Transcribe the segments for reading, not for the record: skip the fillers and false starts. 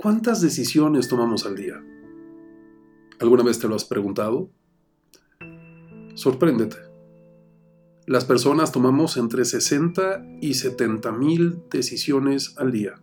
¿Cuántas decisiones tomamos al día? ¿Alguna vez te lo has preguntado? Sorpréndete. Las personas tomamos entre 60 y 70,000 decisiones al día.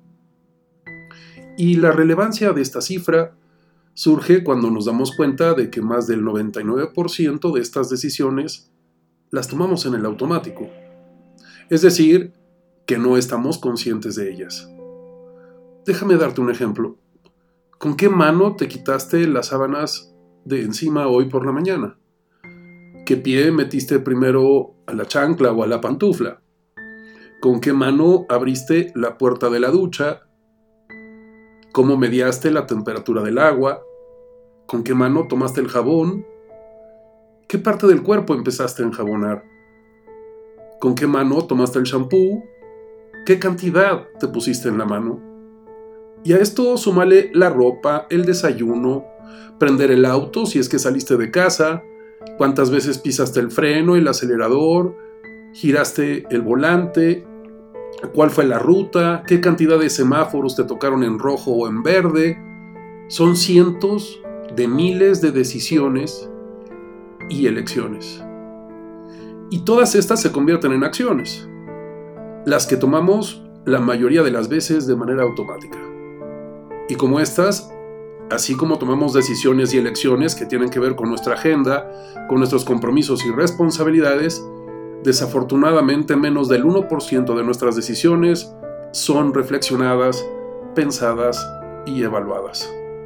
Y la relevancia de esta cifra surge cuando nos damos cuenta de que más del 99% de estas decisiones las tomamos en el automático. Es decir, que no estamos conscientes de ellas. Déjame darte un ejemplo. ¿Con qué mano te quitaste las sábanas de encima hoy por la mañana? ¿Qué pie metiste primero a la chancla o a la pantufla? ¿Con qué mano abriste la puerta de la ducha? ¿Cómo mediaste la temperatura del agua? ¿Con qué mano tomaste el jabón? ¿Qué parte del cuerpo empezaste a enjabonar? ¿Con qué mano tomaste el shampoo? ¿Qué cantidad te pusiste en la mano? Y a esto súmale la ropa, el desayuno, prender el auto si es que saliste de casa, cuántas veces pisaste el freno, el acelerador, giraste el volante, cuál fue la ruta, qué cantidad de semáforos te tocaron en rojo o en verde. Son cientos de miles de decisiones y elecciones. Y todas estas se convierten en acciones, las que tomamos la mayoría de las veces de manera automática. Y como estas, así como tomamos decisiones y elecciones que tienen que ver con nuestra agenda, con nuestros compromisos y responsabilidades, desafortunadamente menos del 1% de nuestras decisiones son reflexionadas, pensadas y evaluadas.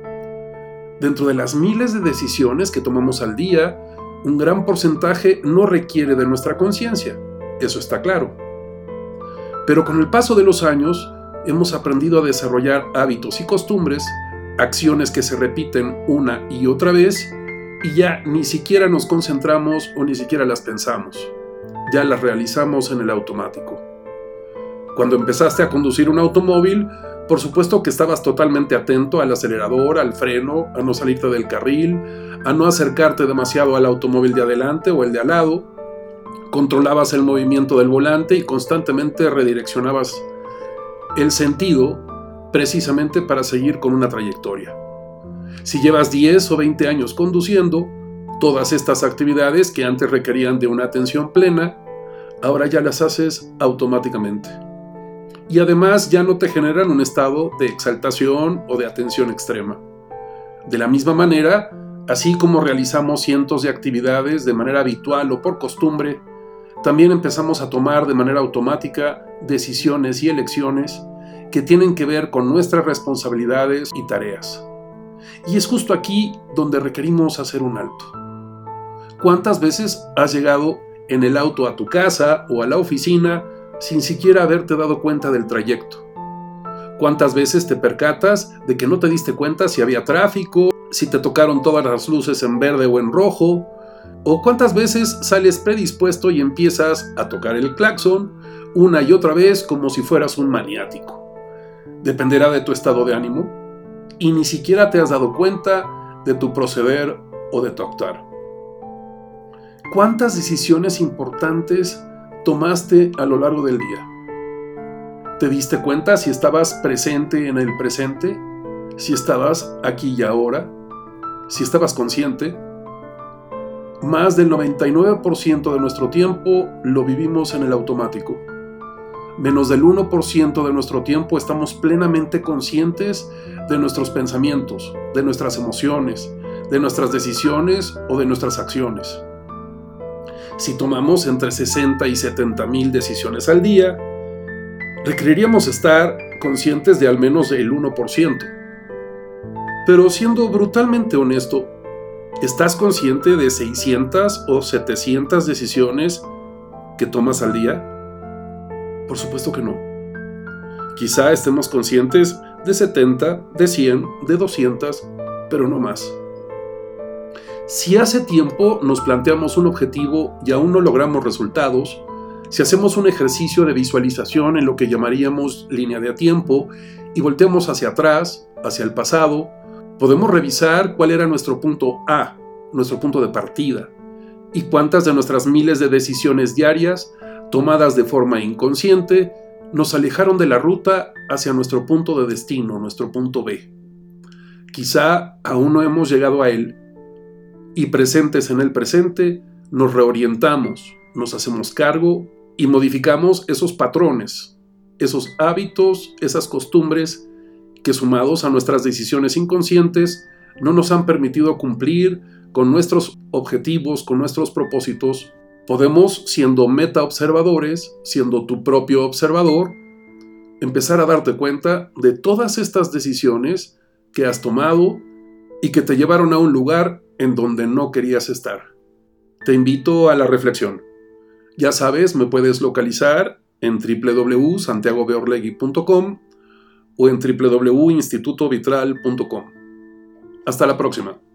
Dentro de las miles de decisiones que tomamos al día, un gran porcentaje no requiere de nuestra conciencia, eso está claro. Pero con el paso de los años, hemos aprendido a desarrollar hábitos y costumbres, acciones que se repiten una y otra vez, y ya ni siquiera nos concentramos o ni siquiera las pensamos. Ya las realizamos en el automático. Cuando empezaste a conducir un automóvil, por supuesto que estabas totalmente atento al acelerador, al freno, a no salirte del carril, a no acercarte demasiado al automóvil de adelante o el de al lado. Controlabas el movimiento del volante y constantemente redireccionabas el sentido precisamente para seguir con una trayectoria. Si llevas 10 o 20 años conduciendo, todas estas actividades que antes requerían de una atención plena, ahora ya las haces automáticamente. Y además ya no te generan un estado de exaltación o de atención extrema. De la misma manera, así como realizamos cientos de actividades de manera habitual o por costumbre, también empezamos a tomar de manera automática decisiones y elecciones que tienen que ver con nuestras responsabilidades y tareas. Y es justo aquí donde requerimos hacer un alto. ¿Cuántas veces has llegado en el auto a tu casa o a la oficina sin siquiera haberte dado cuenta del trayecto? ¿Cuántas veces te percatas de que no te diste cuenta si había tráfico, si te tocaron todas las luces en verde o en rojo? ¿O cuántas veces sales predispuesto y empiezas a tocar el claxon una y otra vez como si fueras un maniático? Dependerá de tu estado de ánimo y ni siquiera te has dado cuenta de tu proceder o de tu actuar. ¿Cuántas decisiones importantes tomaste a lo largo del día? ¿Te diste cuenta si estabas presente en el presente? ¿Si estabas aquí y ahora? ¿Si estabas consciente? Más del 99% de nuestro tiempo lo vivimos en el automático. Menos del 1% de nuestro tiempo estamos plenamente conscientes de nuestros pensamientos, de nuestras emociones, de nuestras decisiones o de nuestras acciones. Si tomamos entre 60 y 70,000 decisiones al día, requeriríamos estar conscientes de al menos el 1%. Pero siendo brutalmente honesto, ¿estás consciente de 600 o 700 decisiones que tomas al día? Por supuesto que no. Quizá estemos conscientes de 70, de 100, de 200, pero no más. Si hace tiempo nos planteamos un objetivo y aún no logramos resultados, si hacemos un ejercicio de visualización en lo que llamaríamos línea de tiempo y volteamos hacia atrás, hacia el pasado, podemos revisar cuál era nuestro punto A, nuestro punto de partida, y cuántas de nuestras miles de decisiones diarias, tomadas de forma inconsciente, nos alejaron de la ruta hacia nuestro punto de destino, nuestro punto B. Quizá aún no hemos llegado a él y presentes en el presente nos reorientamos, nos hacemos cargo y modificamos esos patrones, esos hábitos, esas costumbres que sumados a nuestras decisiones inconscientes no nos han permitido cumplir con nuestros objetivos, con nuestros propósitos. Podemos, siendo metaobservadores, siendo tu propio observador, empezar a darte cuenta de todas estas decisiones que has tomado y que te llevaron a un lugar en donde no querías estar. Te invito a la reflexión. Ya sabes, me puedes localizar en www.santiagobeorlegui.com o en www.institutovitral.com. Hasta la próxima.